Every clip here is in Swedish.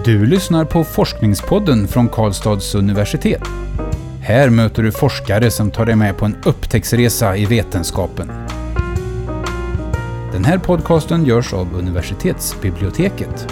Du lyssnar på Forskningspodden från Karlstads universitet. Här möter du forskare som tar dig med på en upptäcktsresa i vetenskapen. Den här podcasten görs av universitetsbiblioteket.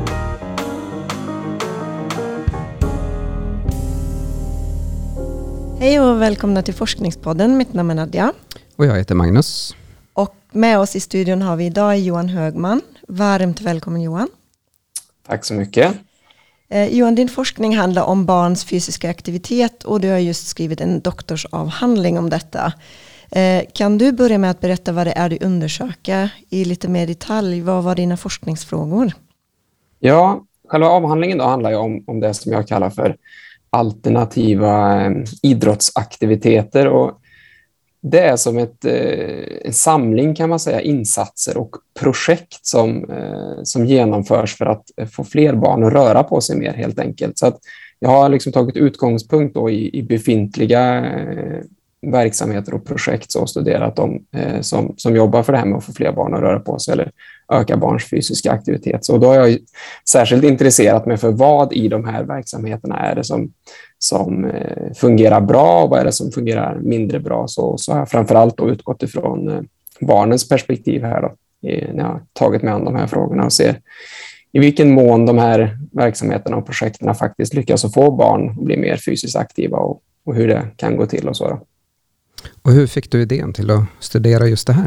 Hej och välkomna till Forskningspodden. Mitt namn är Nadja. Och jag heter Magnus. Och med oss i studion har vi idag Johan Högman. Varmt välkommen Johan. Tack så mycket. Johan, din forskning handlar om barns fysiska aktivitet och du har just skrivit en doktorsavhandling om detta. Kan du börja med att berätta vad det är du undersöker i lite mer detalj? Vad var dina forskningsfrågor? Ja, själva avhandlingen då handlar ju om det som jag kallar för alternativa idrottsaktiviteter, och det är som en samling kan man säga insatser och projekt som genomförs för att få fler barn att röra på sig mer helt enkelt. Så att jag har liksom tagit utgångspunkt då i befintliga verksamheter och projekt och studerat dem som jobbar för det här med att få fler barn att röra på sig eller öka barns fysiska aktivitet. Så då har jag särskilt intresserat mig för vad i de här verksamheterna är det som fungerar bra och vad är det som fungerar mindre bra. Så har jag framförallt då utgått ifrån barnens perspektiv här då, när jag har tagit mig an de här frågorna och ser i vilken mån de här verksamheterna och projekten faktiskt lyckas att få barn att bli mer fysiskt aktiva och hur det kan gå till och så då. Och hur fick du idén till att studera just det här?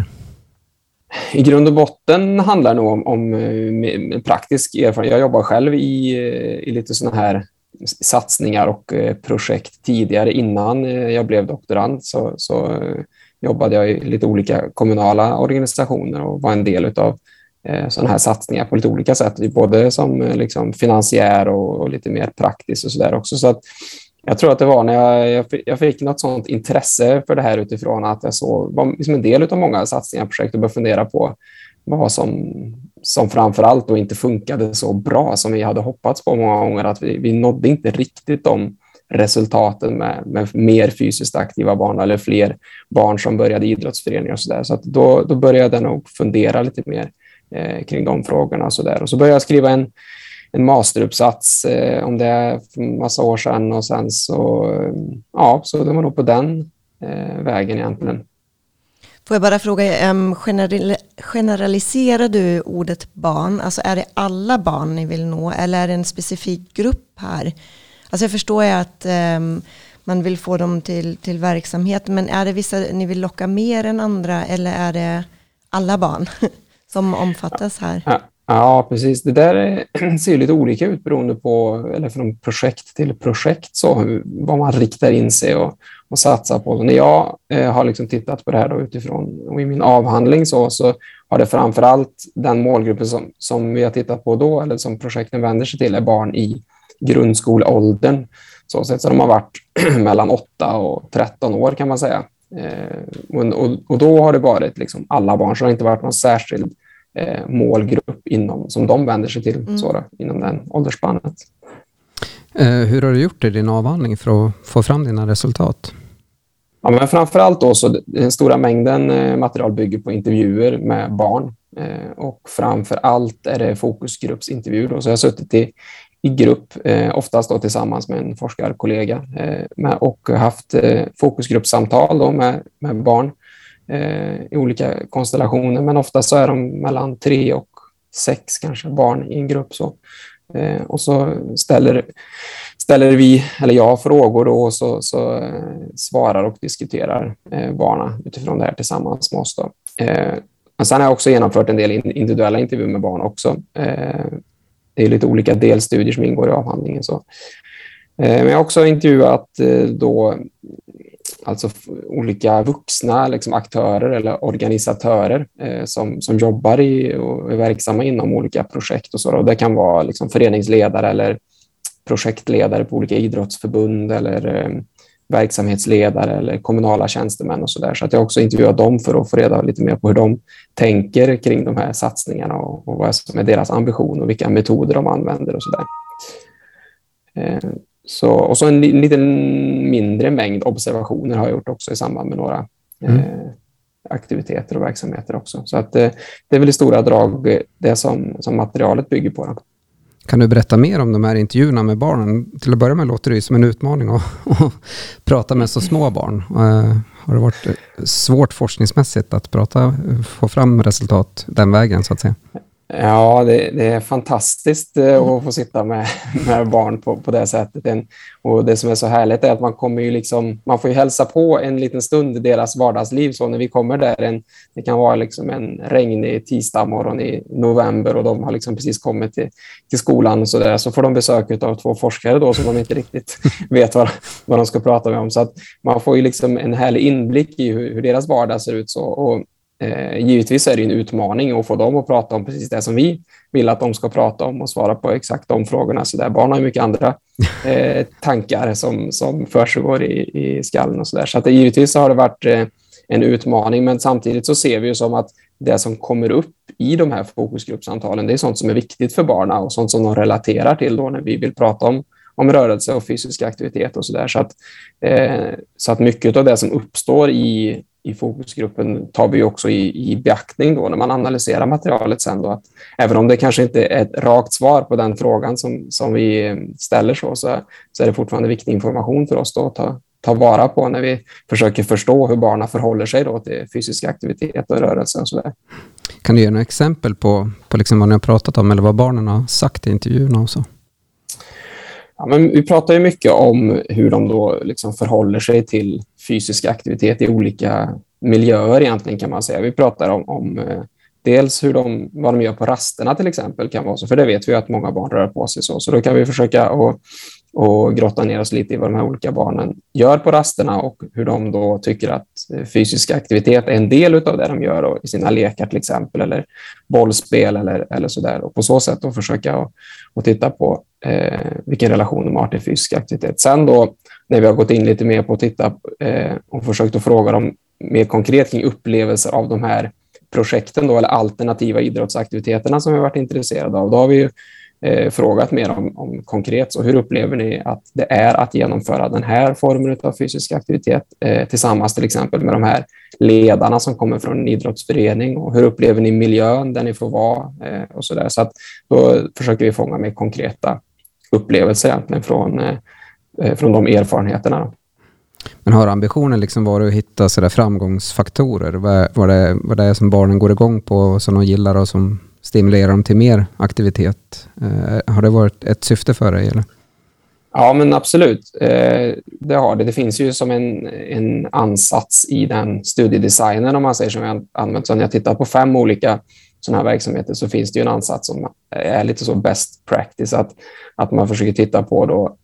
I grund och botten handlar det nog om praktisk erfarenhet. Jag jobbar själv i lite såna här satsningar och projekt tidigare. Innan jag blev doktorand så jobbade jag i lite olika kommunala organisationer och var en del av sådana här satsningar på lite olika sätt. Både som liksom finansiär och lite mer praktiskt och sådär också. Så att jag tror att det var när jag fick något sånt intresse för det här utifrån att jag var liksom en del av många satsningar och projekt och började fundera på vad som framförallt då inte funkade så bra som vi hade hoppats på många gånger, att vi nådde inte riktigt de resultaten med mer fysiskt aktiva barn eller fler barn som började i idrottsföreningar och sådär. Så att då började jag nog fundera lite mer kring de frågorna och sådär. Och så började jag skriva en masteruppsats om det för en massa år sedan, och sen så det var nog på den vägen egentligen. Får jag bara fråga, generaliserar du ordet barn? Alltså är det alla barn ni vill nå eller är det en specifik grupp här? Alltså jag förstår ju att man vill få dem till verksamhet, men är det vissa ni vill locka mer än andra eller är det alla barn som omfattas här? Ja, precis. Det där ser lite olika ut beroende på, eller från projekt till projekt, så vad man riktar in sig och satsar på. När jag har liksom tittat på det här då utifrån, och i min avhandling så har det framförallt den målgruppen som vi har tittat på då, eller som projekten vänder sig till, är barn i grundskoleåldern. Så de har varit mellan 8 och 13 år kan man säga. Och då har det varit liksom alla barn, så det har inte varit någon särskild målgrupp som de vänder sig till inom den åldersspannet. Hur har du gjort i din avhandling för att få fram dina resultat? Ja, men framförallt då så den stora mängden material bygger på intervjuer med barn, och framförallt är det fokusgruppsintervjuer då. Så jag har suttit i grupp, oftast då tillsammans med en forskarkollega, och haft fokusgruppsamtal då med barn i olika konstellationer, men ofta så är de mellan 3 och 6 kanske barn i en grupp så. Och så ställer vi, eller jag, frågor då, och så svarar och diskuterar barnen utifrån det här tillsammans med oss då. Men sen har jag också genomfört en del individuella intervjuer med barn också. Det är lite olika delstudier som ingår i avhandlingen så. Men jag har också intervjuat då alltså olika vuxna liksom aktörer eller organisatörer som jobbar och är verksamma inom olika projekt och så. Och det kan vara liksom föreningsledare eller projektledare på olika idrottsförbund eller verksamhetsledare eller kommunala tjänstemän och så där. Så att jag också intervjuat dem för att få reda lite mer på hur de tänker kring de här satsningarna och vad som är deras ambition och vilka metoder de använder och så där. Och så en liten mindre mängd observationer har jag gjort också i samband med några aktiviteter och verksamheter också. Så att det är väl i stora drag det som materialet bygger på. Kan du berätta mer om de här intervjuerna med barnen? Till att börja med låter det ju som en utmaning att prata med så små barn. Har det varit svårt forskningsmässigt att få fram resultat den vägen så att säga? Ja, det är fantastiskt att få sitta med barn på det sättet. Och det som är så härligt är att man får ju hälsa på en liten stund i deras vardagsliv. Så när vi kommer där, det kan vara liksom en regnig tisdag morgon i november och de har liksom precis kommit till skolan och så får de besök av 2 forskare då som de inte riktigt vet vad de ska prata med om. Så att man får ju liksom en härlig inblick i hur deras vardag ser ut så. Och givetvis är det en utmaning att få dem att prata om precis det som vi vill att de ska prata om och svara på exakt de frågorna. Så där barn har ju mycket andra tankar som försiggår i skallen och sådär. Så att givetvis har det varit en utmaning, men samtidigt så ser vi ju som att det som kommer upp i de här fokusgruppsamtalen, det är sånt som är viktigt för barnen och sånt som de relaterar till då när vi vill prata om rörelse och fysisk aktivitet och sådär. Så att mycket av det som uppstår i fokusgruppen tar vi också i beaktning då när man analyserar materialet sen då. Att även om det kanske inte är ett rakt svar på den frågan som vi ställer så är det fortfarande viktig information för oss då att ta vara på när vi försöker förstå hur barnen förhåller sig då till fysisk aktivitet och rörelse och sådär. Kan du ge några exempel på liksom vad ni har pratat om eller vad barnen har sagt i intervjuerna och så? Ja, men vi pratar ju mycket om hur de då liksom förhåller sig till fysisk aktivitet i olika miljöer egentligen kan man säga. Vi pratar om dels vad de gör på rasterna till exempel kan vara så, för det vet vi att många barn rör på sig så då kan vi försöka och grotta ner oss lite i vad de här olika barnen gör på rasterna och hur de då tycker att fysisk aktivitet är en del av det de gör och i sina lekar till exempel eller bollspel eller sådär och på så sätt då försöka och titta på vilken relation de har till fysisk aktivitet. Sen då när vi har gått in lite mer på att titta och försökt att fråga dem mer konkret kring upplevelser av de här projekten då, eller alternativa idrottsaktiviteterna som vi har varit intresserade av, då har vi ju frågat mer om konkret. Så hur upplever ni att det är att genomföra den här formen av fysisk aktivitet tillsammans till exempel med de här ledarna som kommer från en idrottsförening, och hur upplever ni miljön där ni får vara och sådär. Så att då försöker vi fånga med konkreta upplevelser egentligen från de erfarenheterna då. Men har ambitionen liksom varit att hitta sådär framgångsfaktorer? Vad det är som barnen går igång på och som de gillar och som stimulerar dem till mer aktivitet? Har det varit ett syfte för dig? Eller? Ja, men absolut. Det har det. Det finns ju som en ansats i den studiedesignen om man säger som jag använt. Så när jag tittar på 5 olika sådana här verksamheter så finns det ju en ansats som är lite så best practice. Att man försöker titta på då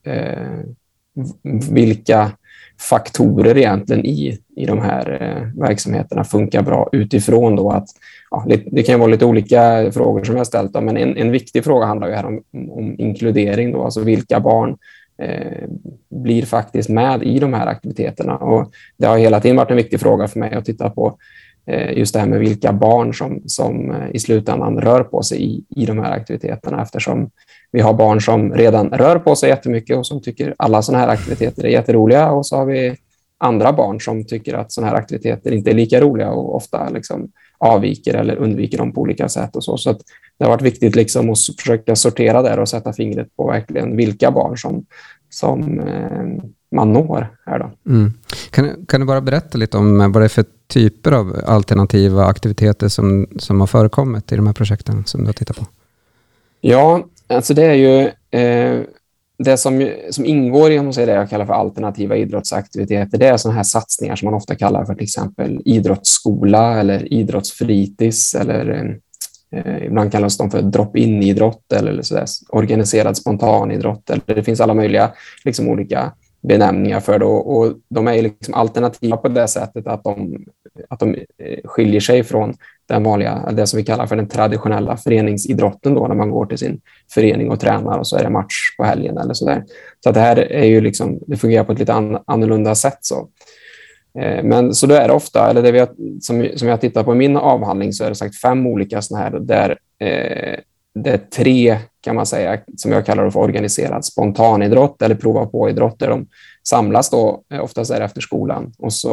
vilka faktorer egentligen i de här verksamheterna funkar bra utifrån då att det kan vara lite olika frågor som jag har ställt men en viktig fråga handlar ju här om inkludering då, alltså vilka barn blir faktiskt med i de här aktiviteterna, och det har hela tiden varit en viktig fråga för mig att titta på just det här med vilka barn som i slutändan rör på sig i de här aktiviteterna, eftersom vi har barn som redan rör på sig jättemycket och som tycker alla sådana här aktiviteter är jätteroliga, och så har vi andra barn som tycker att sådana här aktiviteter inte är lika roliga och ofta liksom avviker eller undviker dem på olika sätt och så att det har varit viktigt liksom att försöka sortera där och sätta fingret på verkligen vilka barn som man når här då. Mm. Kan du bara berätta lite om vad det är för typer av alternativa aktiviteter som har förekommit i de här projekten som du har tittat på? Ja, alltså det är ju det som ingår i om man säger det jag kallar för alternativa idrottsaktiviteter. Det är sådana här satsningar som man ofta kallar för till exempel idrottsskola eller idrottsfritids, eller ibland kallas de för drop-in-idrott eller så där, organiserad spontanidrott, eller det finns alla möjliga liksom olika benämningar för det, och de är liksom alternativa på det sättet att de skiljer sig från den vanliga, det som vi kallar för den traditionella föreningsidrotten då, när man går till sin förening och tränar och så är det match på helgen eller sådär. Så att det här är ju liksom, det fungerar på ett lite annorlunda sätt så. Men så då är det ofta, eller det som jag tittar på i min avhandling, så är det sagt 5 olika sådana här där det är 3 kan man säga som jag kallar för organiserad spontanidrott eller prova på idrott, där de samlas då, oftast är det efter skolan, och så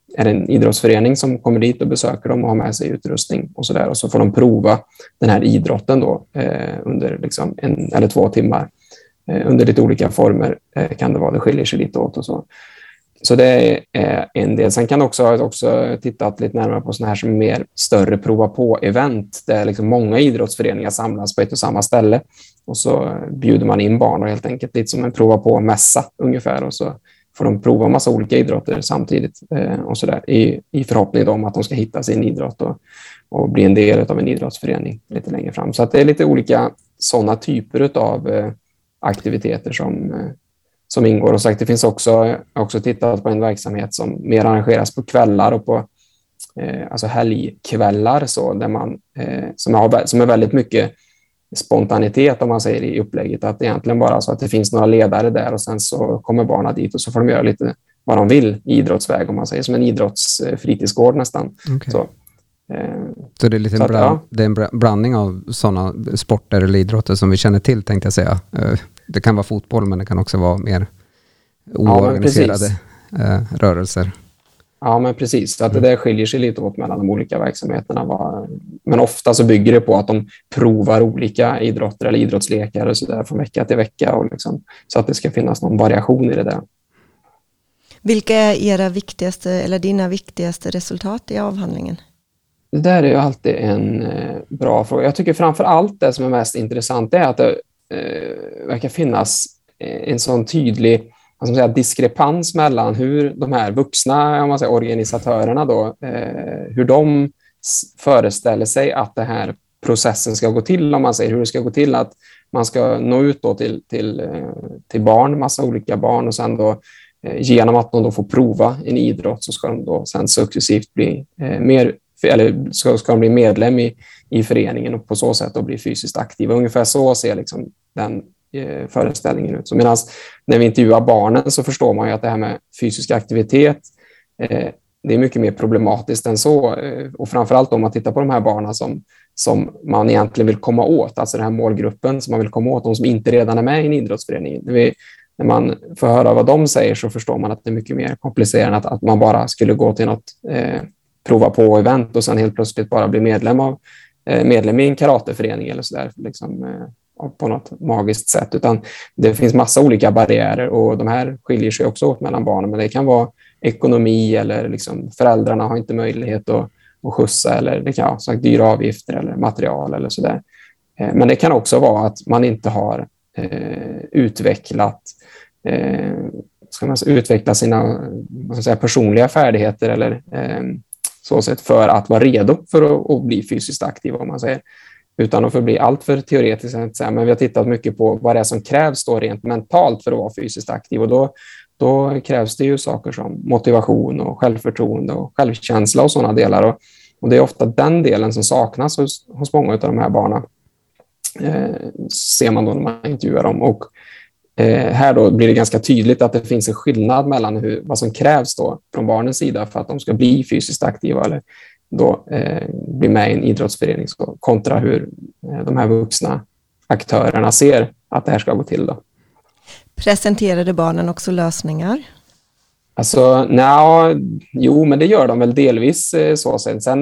är det en idrottsförening som kommer dit och besöker dem och har med sig utrustning och så där. Och så får de prova den här idrotten då under liksom 1 eller 2 timmar. Under lite olika former kan det vara. Det skiljer sig lite åt och så. Så det är en del. Sen kan också tittat lite närmare på såna här som mer större prova på-event där liksom många idrottsföreningar samlas på ett och samma ställe. Och så bjuder man in barn och helt enkelt lite som en prova på-mässa ungefär. Och så får de prova en massa olika idrotter samtidigt och så där, i förhoppning om att de ska hitta sin idrott och bli en del av en idrottsförening lite längre fram. Så att det är lite olika sådana typer av aktiviteter som ingår. Och sagt, det finns också tittat på en verksamhet som mer arrangeras på kvällar och på alltså helgkvällar så, där man, som är väldigt mycket spontanitet om man säger i upplägget, att det egentligen bara så att det finns några ledare där och sen så kommer barnen dit och så får de göra lite vad de vill i idrottsväg om man säger, som en idrottsfritidsgård nästan. Okay. Så det är lite det är en blandning av sådana sporter eller idrotter som vi känner till, tänkte jag säga. Det kan vara fotboll men det kan också vara mer oorganiserade rörelser. Ja, men precis. Så att det där skiljer sig lite åt mellan de olika verksamheterna. Men ofta så bygger det på att de provar olika idrotter eller idrottslekar och så där från vecka till vecka. Och liksom, så att det ska finnas någon variation i det där. Vilka är era viktigaste eller dina viktigaste resultat i avhandlingen? Det där är ju alltid en bra fråga. Jag tycker framför allt det som är mest intressant är att det verkar finnas en sån tydlig diskrepans mellan hur de här vuxna om man säger, organisatörerna då, hur de föreställer sig att det här processen ska gå till, om man säger hur det ska gå till att man ska nå ut då till barn, massa olika barn och sen då genom att de då får prova en idrott så ska de då sen successivt bli ska de bli medlem i föreningen och på så sätt då bli fysiskt aktiva. Ungefär så ser liksom den föreställningen ut. Så medan när vi intervjuar barnen så förstår man ju att det här med fysisk aktivitet det är mycket mer problematiskt än så. Och framförallt om man tittar på de här barnen som man egentligen vill komma åt, alltså den här målgruppen som man vill komma åt, de som inte redan är med i en idrottsförening. När man får höra vad de säger så förstår man att det är mycket mer komplicerat att man bara skulle gå till något prova på event och sen helt plötsligt bara bli medlem i en karateförening eller sådär liksom, på något magiskt sätt, utan det finns massa olika barriärer och de här skiljer sig också åt mellan barnen, men det kan vara ekonomi eller liksom föräldrarna har inte möjlighet att skjutsa eller det kan vara dyra avgifter eller material eller sådär. Men det kan också vara att man inte har utvecklat sina personliga färdigheter eller så sätt för att vara redo för att bli fysiskt aktiv om man säger. Utan att få bli allt för teoretiskt. Men vi har tittat mycket på vad det är som krävs då rent mentalt för att vara fysiskt aktiv. Och då krävs det ju saker som motivation och självförtroende och självkänsla och sådana delar. Och det är ofta den delen som saknas hos många av de här barnen. Ser man då när man intervjuar dem. Och här då blir det ganska tydligt att det finns en skillnad mellan vad som krävs då från barnens sida för att de ska bli fysiskt aktiva eller då bli med i en idrottsförening kontra hur de här vuxna aktörerna ser att det här ska gå till då. Presenterade barnen också lösningar? Alltså, men det gör de väl delvis så.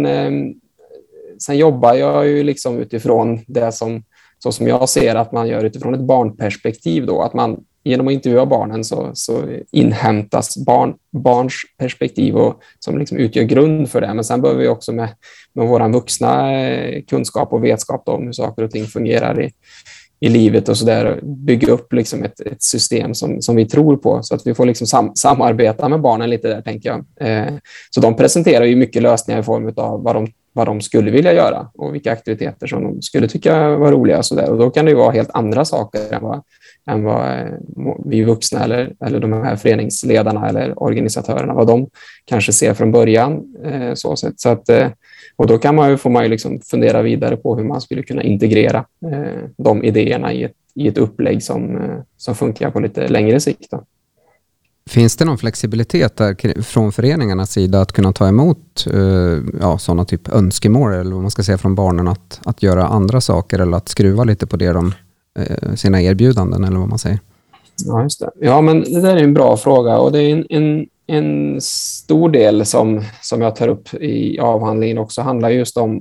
Sen jobbar jag ju liksom utifrån det som jag ser att man gör utifrån ett barnperspektiv då, att man genom att intervjua barnen så inhämtas barns perspektiv och som liksom utgör grund för det. Men sen behöver vi också med våran vuxna kunskap och vetskap om hur saker och ting fungerar i livet och så där bygga upp liksom ett system som vi tror på så att vi får liksom samarbeta med barnen lite där, tänker jag. Så de presenterar ju mycket lösningar i form av vad de skulle vilja göra och vilka aktiviteter som de skulle tycka var roliga och så där. Och då kan det ju vara helt andra saker än vad vi vuxna eller de här föreningsledarna eller organisatörerna, vad de kanske ser från början. Så att, och då får man ju liksom fundera vidare på hur man skulle kunna integrera de idéerna i ett upplägg som funkar på lite längre sikt då. Finns det någon flexibilitet där från föreningarnas sida att kunna ta emot sådana typ önskemål eller vad man ska säga från barnen att göra andra saker eller att skruva lite på det sina erbjudanden eller vad man säger? Ja, just det. Ja, men det där är en bra fråga och det är en stor del som jag tar upp i avhandlingen också handlar just om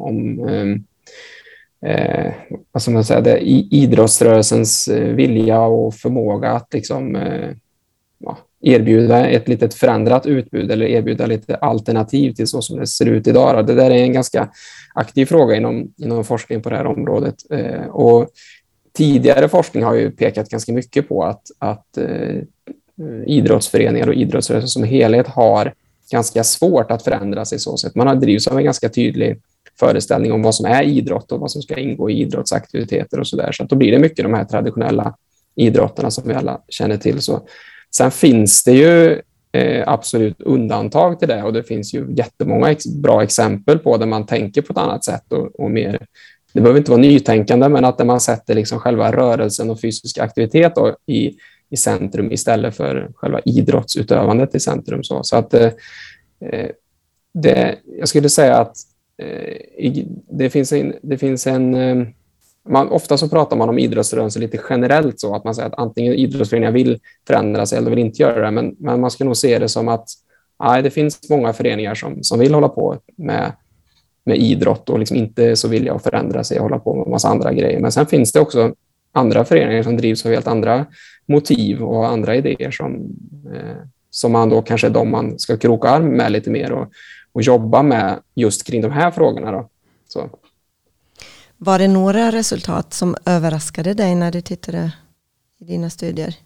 vad ska man säga, idrottsrörelsens vilja och förmåga att liksom, erbjuda ett litet förändrat utbud eller erbjuda lite alternativ till så som det ser ut idag. Det där är en ganska aktiv fråga inom forskning på det här området. Och tidigare forskning har ju pekat ganska mycket på att idrottsföreningar och idrottsrörelser som helhet har ganska svårt att förändra sig så sätt. Man har drivits av en ganska tydlig föreställning om vad som är idrott och vad som ska ingå i idrottsaktiviteter och sådär. Så att då blir det mycket de här traditionella idrotterna som vi alla känner till. Så. Sen finns det ju absolut undantag till det, och det finns ju jättemånga bra exempel på där man tänker på ett annat sätt och mer. Det behöver inte vara nytänkande, men att man sätter liksom själva rörelsen och fysisk aktivitet i centrum istället för själva idrottsutövandet i centrum. Så att jag skulle säga att det finns en ofta så pratar man om idrottsrörelsen lite generellt, så att man säger att antingen idrottsföreningar vill förändra sig eller vill inte göra det, men man ska nog se det som att det finns många föreningar som vill hålla på med idrott och liksom inte så vilja att förändra sig och hålla på med en massa andra grejer. Men sen finns det också andra föreningar som drivs av helt andra motiv och andra idéer som man då kanske är de man ska kroka arm med lite mer och jobba med just kring de här frågorna då. Så. Var det några resultat som överraskade dig när du tittade i dina studier?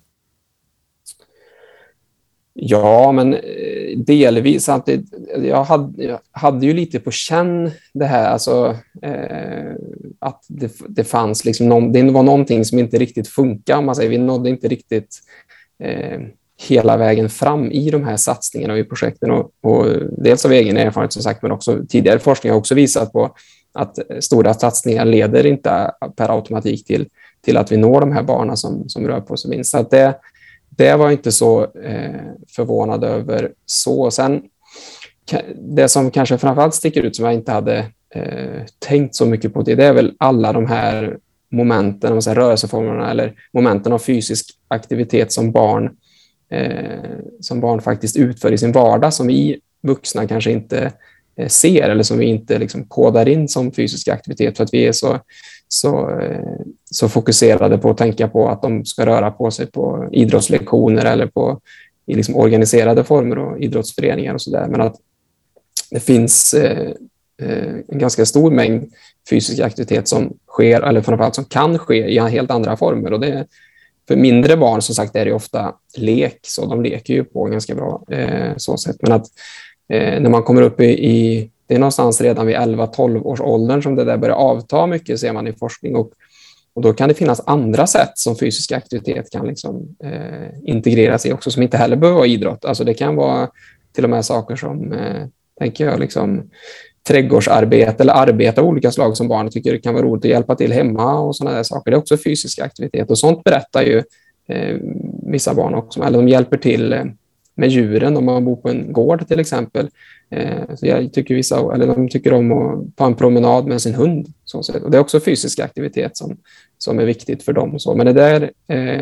Ja, men delvis. Samtidigt, jag hade ju lite på känn det här, alltså, att det fanns liksom det var någonting som inte riktigt funkar. Man säger, vi nådde inte riktigt hela vägen fram i de här satsningarna och i projekten. Och dels av egen erfarenhet som sagt, men också tidigare forskning har också visat på att stora satsningar leder inte per automatik till att vi når de här barnen som rör på sig minst. Så att det var inte så förvånad över så. Sen det som kanske framförallt sticker ut som jag inte hade tänkt så mycket på det är väl alla de här momenten, de här rörelseformerna eller momenten av fysisk aktivitet som barn faktiskt utför i sin vardag, som vi vuxna kanske inte ser eller som vi inte liksom kodar in som fysisk aktivitet, för att vi är så fokuserade på att tänka på att de ska röra på sig på idrottslektioner eller i liksom organiserade former och idrottsföreningar och sådär. Men att det finns en ganska stor mängd fysisk aktivitet som sker, eller framförallt som kan ske i helt andra former. Och det, för mindre barn som sagt är det ofta lek, så de leker ju på ganska bra så sätt. Men att när man kommer upp det är någonstans redan vid 11-12 års åldern som det där börjar avta mycket, ser man i forskning. Och då kan det finnas andra sätt som fysisk aktivitet kan liksom, integreras i också, som inte heller behöver vara idrott. Alltså det kan vara till och med saker som, tänker jag, liksom, trädgårdsarbete eller arbete av olika slag som barn tycker det kan vara roligt att hjälpa till hemma och sådana där saker. Det är också fysisk aktivitet, och sånt berättar ju vissa barn också. Eller de hjälper till med djuren om man bor på en gård till exempel. Så jag tycker de tycker om att ta en promenad med sin hund. Så. Och det är också fysisk aktivitet som är viktigt för dem. Så. Men det där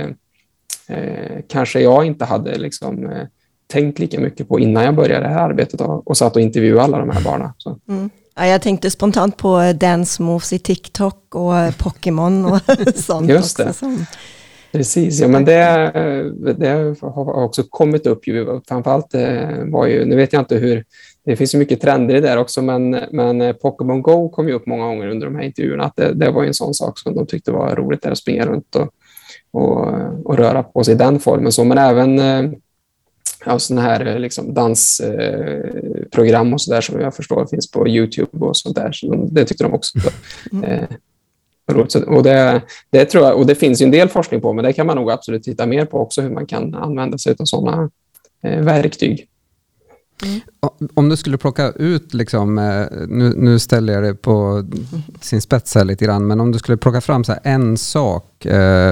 kanske jag inte hade liksom, tänkt lika mycket på innan jag började det här arbetet och satt och intervjuade alla de här barnen. Så. Mm. Ja, jag tänkte spontant på dance moves i TikTok och Pokémon och sånt. Just det. Också, Precis, ja, men det har också kommit upp ju, framförallt var ju, nu vet jag inte hur, det finns ju mycket trender i där också, men Pokémon Go kom ju upp många gånger under de här intervjuerna, att det var ju en sån sak som de tyckte var roligt där, att springa runt och röra på sig i den formen. Så, men även sådana här liksom dansprogram och sådär som jag förstår finns på YouTube och sånt där, så det tyckte de också. Och det tror jag, och det finns ju en del forskning på, men det kan man nog absolut titta mer på också, hur man kan använda sig av sådana verktyg. Mm. Om du skulle plocka ut, liksom, nu ställer jag det på sin spets här lite grann, men om du skulle plocka fram så här en sak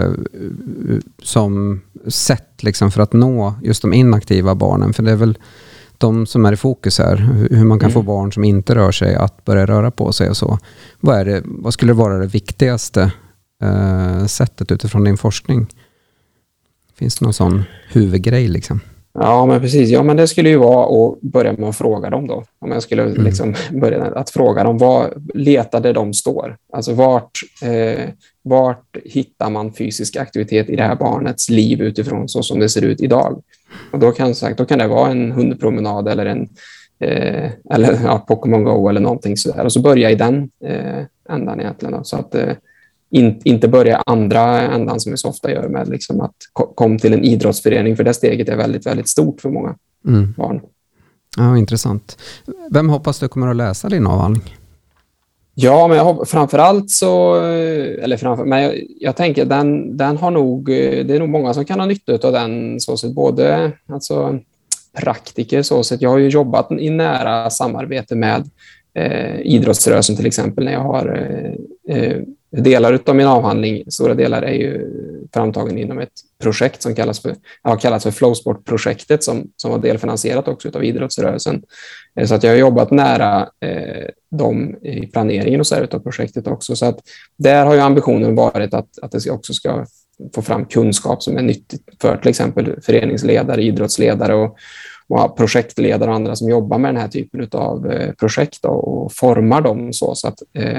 som sätt liksom för att nå just de inaktiva barnen, för det är väl de som är i fokus här, hur man kan få barn som inte rör sig att börja röra på sig och så. Vad skulle vara det viktigaste sättet utifrån din forskning? Finns det någon sån huvudgrej liksom? Ja, men precis. Ja, men det skulle ju vara att börja med att fråga dem då. Om jag skulle liksom börja att fråga dem, vad letar där de står? Alltså vart hittar man fysisk aktivitet i det här barnets liv utifrån så som det ser ut idag? Och då kan det vara en hundpromenad eller Pokémon Go eller någonting sådär. Och så börja i den ändan egentligen. Då. Så att inte börja andra ändan som vi så ofta gör med liksom att kom till en idrottsförening, för det steget är väldigt, väldigt stort för många barn. Ja, intressant. Vem hoppas du kommer att läsa din avhandling? Ja, men framförallt så, men jag tänker den har nog, det är nog många som kan ha nytta av den, så sett både alltså praktiker så sett. Jag har ju jobbat i nära samarbete med idrottsrörelsen till exempel när jag har delar av min avhandling, stora delar är ju framtagen inom ett projekt som kallas för Flowsport-projektet som var delfinansierat också av idrottsrörelsen. Så att jag har jobbat nära dem i planeringen och så här av projektet också. Så att där har ju ambitionen varit att det också ska få fram kunskap som är nyttigt för till exempel föreningsledare, idrottsledare och projektledare och andra som jobbar med den här typen av projekt och formar dem så att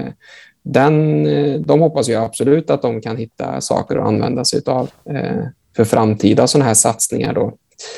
de hoppas jag absolut att de kan hitta saker att använda sig av för framtida sådana här satsningar då.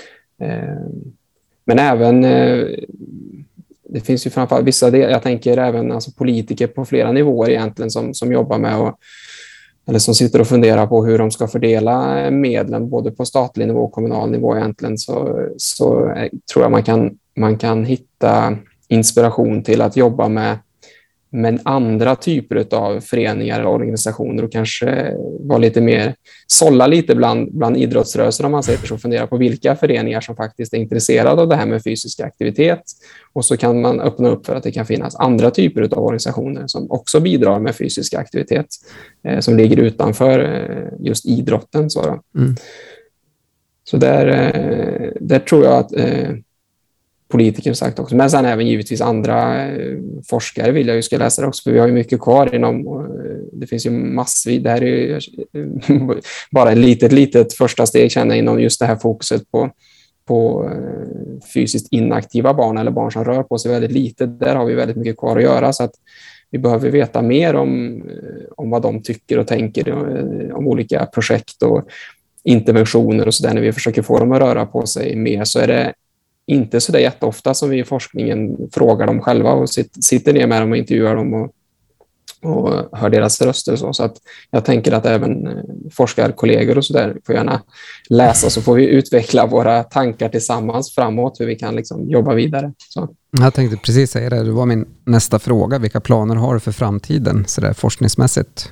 Men även det finns ju framförallt vissa delar, jag tänker även alltså politiker på flera nivåer egentligen som jobbar med eller som sitter och funderar på hur de ska fördela medlen både på statlig nivå och kommunal nivå egentligen, så tror jag man kan hitta inspiration till att jobba med andra typer av föreningar eller organisationer och kanske vara lite mer, sålla lite bland idrottsrörelser om man säger så, fundera på vilka föreningar som faktiskt är intresserade av det här med fysisk aktivitet, och så kan man öppna upp för att det kan finnas andra typer av organisationer som också bidrar med fysisk aktivitet som ligger utanför just idrotten. Så där tror jag att politiker sagt också, men sen även givetvis andra forskare vill jag ju ska läsa det också, för vi har ju mycket kvar inom, det finns ju massvis, det här är ju bara ett litet första steg känner jag inom just det här fokuset på fysiskt inaktiva barn eller barn som rör på sig väldigt lite. Där har vi väldigt mycket kvar att göra, så att vi behöver veta mer om vad de tycker och tänker om olika projekt och interventioner och sådär. När vi försöker få dem att röra på sig mer, så är det inte så där jätteofta som vi i forskningen frågar dem själva och sitter ner med dem och intervjuar dem och hör deras röster. Så att jag tänker att även forskarkollegor och så där får gärna läsa, så får vi utveckla våra tankar tillsammans framåt hur vi kan liksom jobba vidare. Så. Jag tänkte precis säga det, det var min nästa fråga. Vilka planer har du för framtiden så där forskningsmässigt?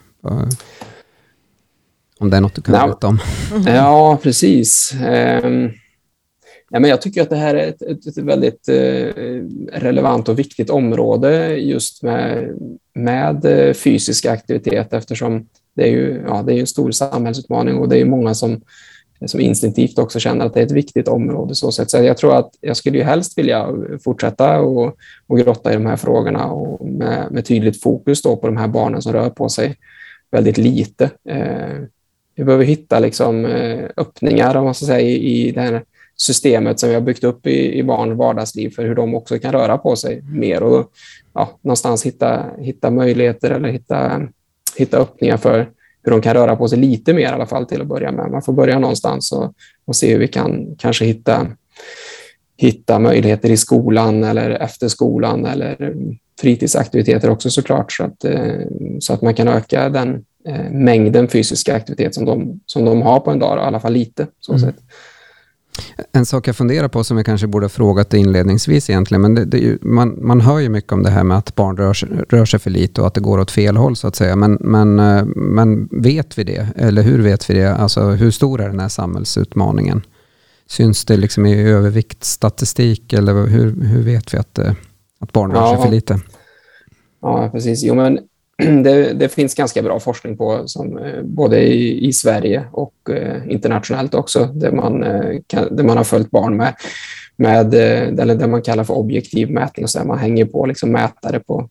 Om det är något du kan berätta om. Ja, precis. Ja, men jag tycker att det här är ett väldigt relevant och viktigt område just med fysisk aktivitet, eftersom det är ju en stor samhällsutmaning och det är många som instinktivt också känner att det är ett viktigt område. Så jag tror att jag skulle ju helst vilja fortsätta och grotta i de här frågorna och med tydligt fokus då på de här barnen som rör på sig väldigt lite. Vi behöver hitta liksom öppningar om man ska säga, i det här systemet som vi har byggt upp i barns vardagsliv för hur de också kan röra på sig mer och någonstans hitta möjligheter eller hitta öppningar för hur de kan röra på sig lite mer i alla fall till att börja med. Man får börja någonstans och se hur vi kan kanske hitta möjligheter i skolan eller efter skolan eller fritidsaktiviteter också såklart, så att man kan öka den mängden fysisk aktivitet som de har på en dag, i alla fall lite så sätt. En sak jag funderar på som jag kanske borde ha frågat inledningsvis egentligen, men man hör ju mycket om det här med att barn rör sig för lite och att det går åt fel håll så att säga, men vet vi det? Eller hur vet vi det? Alltså hur stor är den här samhällsutmaningen? Syns det liksom i överviktsstatistik eller hur vet vi att barn rör sig för lite? Ja, precis. Jo, men det finns ganska bra forskning på som både i Sverige och internationellt också, där man har följt barn med eller det man kallar för objektiv mätning, och så man hänger på liksom mätare på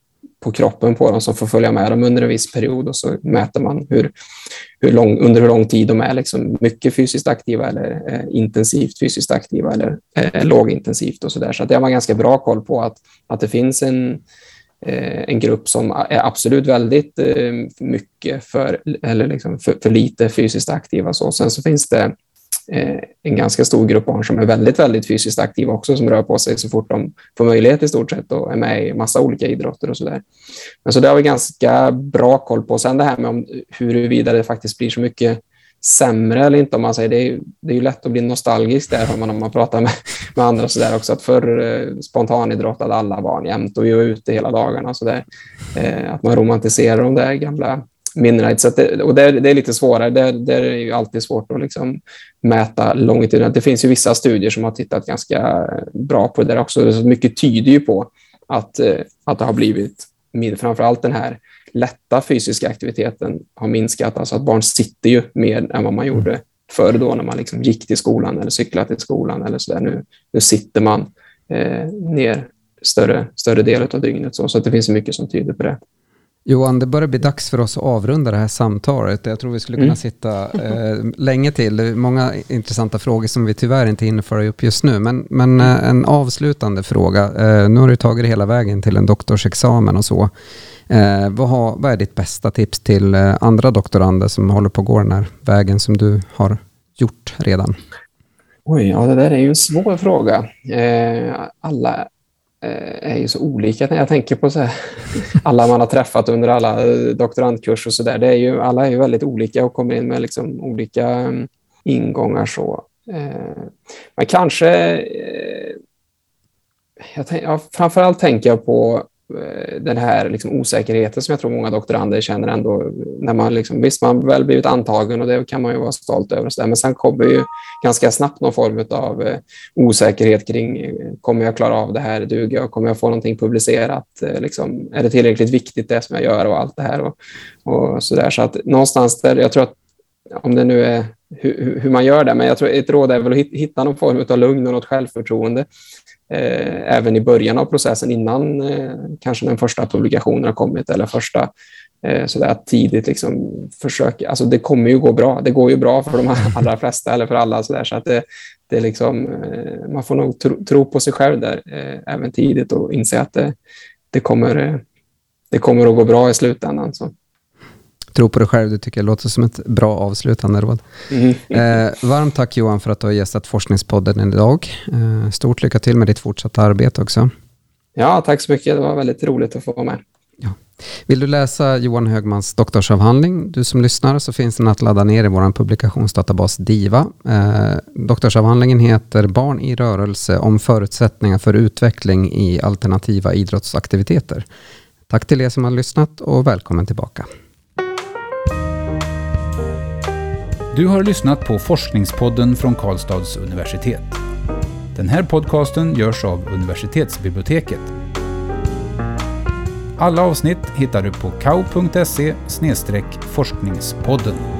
på kroppen på dem som får följa med dem under en viss period, och så mäter man under hur lång tid de är liksom mycket fysiskt aktiva eller intensivt fysiskt aktiva eller lågintensivt och sådär. Så att det var ganska bra koll på att det finns en grupp som är absolut väldigt mycket för lite fysiskt aktiva. Sen så finns det en ganska stor grupp barn som är väldigt, väldigt fysiskt aktiva också, som rör på sig så fort de får möjlighet i stort sett och är med i massa olika idrotter och sådär. Men så det har vi ganska bra koll på. Sen det här med huruvida det faktiskt blir så mycket sämre eller inte, om man säger det är ju lätt att bli nostalgisk där om man pratar med andra och sådär också, att förr spontanidrottade alla barn jämt och vi var ute hela dagarna och sådär, att man romantiserar de där gamla minnena. Så det är lite svårare, det är ju alltid svårt att liksom mäta långtiden. Det finns ju vissa studier som har tittat ganska bra på det där också. Mycket tyder ju på att det har blivit, framförallt den här lätta fysiska aktiviteten har minskat, alltså att barn sitter ju mer än vad man gjorde förr då när man liksom gick till skolan eller cyklade till skolan eller sådär. Nu sitter man ner större del av dygnet, så att det finns mycket som tyder på det. Johan, det börjar bli dags för oss att avrunda det här samtalet. Jag tror vi skulle kunna sitta länge till. Många intressanta frågor som vi tyvärr inte hinner föra upp just nu. Men en avslutande fråga. Nu har du tagit det hela vägen till en doktorsexamen och så. Vad är ditt bästa tips till andra doktorander som håller på att gå den här vägen som du har gjort redan? Oj, ja, det där är ju en svår fråga. Alla är ju så olika. Jag tänker på så här, alla man har träffat under alla doktorandkurser och så där. Alla är ju väldigt olika och kommer in med liksom olika ingångar så. Men kanske framförallt tänker jag på den här liksom osäkerheten som jag tror många doktorander känner ändå när man liksom, visst, man väl blivit antagen och det kan man ju vara stolt över och så där, men sen kommer ju ganska snabbt någon form av osäkerhet kring, kommer jag klara av det här, duger jag, kommer jag få någonting publicerat, liksom, är det tillräckligt viktigt det som jag gör och allt det här och så där, så att någonstans där, jag tror att om det nu är hur man gör det, men jag tror ett råd är väl att hitta någon form av lugn och något självförtroende även i början av processen innan kanske den första publikationen har kommit eller första sådär att tidigt liksom försöka, alltså det kommer ju gå bra, det går ju bra för de allra flesta eller för alla sådär, så att det liksom, man får nog tro på sig själv där även tidigt och inse att det kommer att gå bra i slutändan så. Tro på dig själv, det tycker jag låter som ett bra avslutande råd. Varmt tack Johan för att du har gästat Forskningspodden idag. Stort lycka till med ditt fortsatta arbete också. Ja, tack så mycket. Det var väldigt roligt att få vara med. Ja. Vill du läsa Johan Högmans doktorsavhandling, du som lyssnar, så finns den att ladda ner i vår publikationsdatabas DIVA. Doktorsavhandlingen heter Barn i rörelse om förutsättningar för utveckling i alternativa idrottsaktiviteter. Tack till er som har lyssnat och välkommen tillbaka. Du har lyssnat på Forskningspodden från Karlstads universitet. Den här podcasten görs av universitetsbiblioteket. Alla avsnitt hittar du på kau.se/forskningspodden.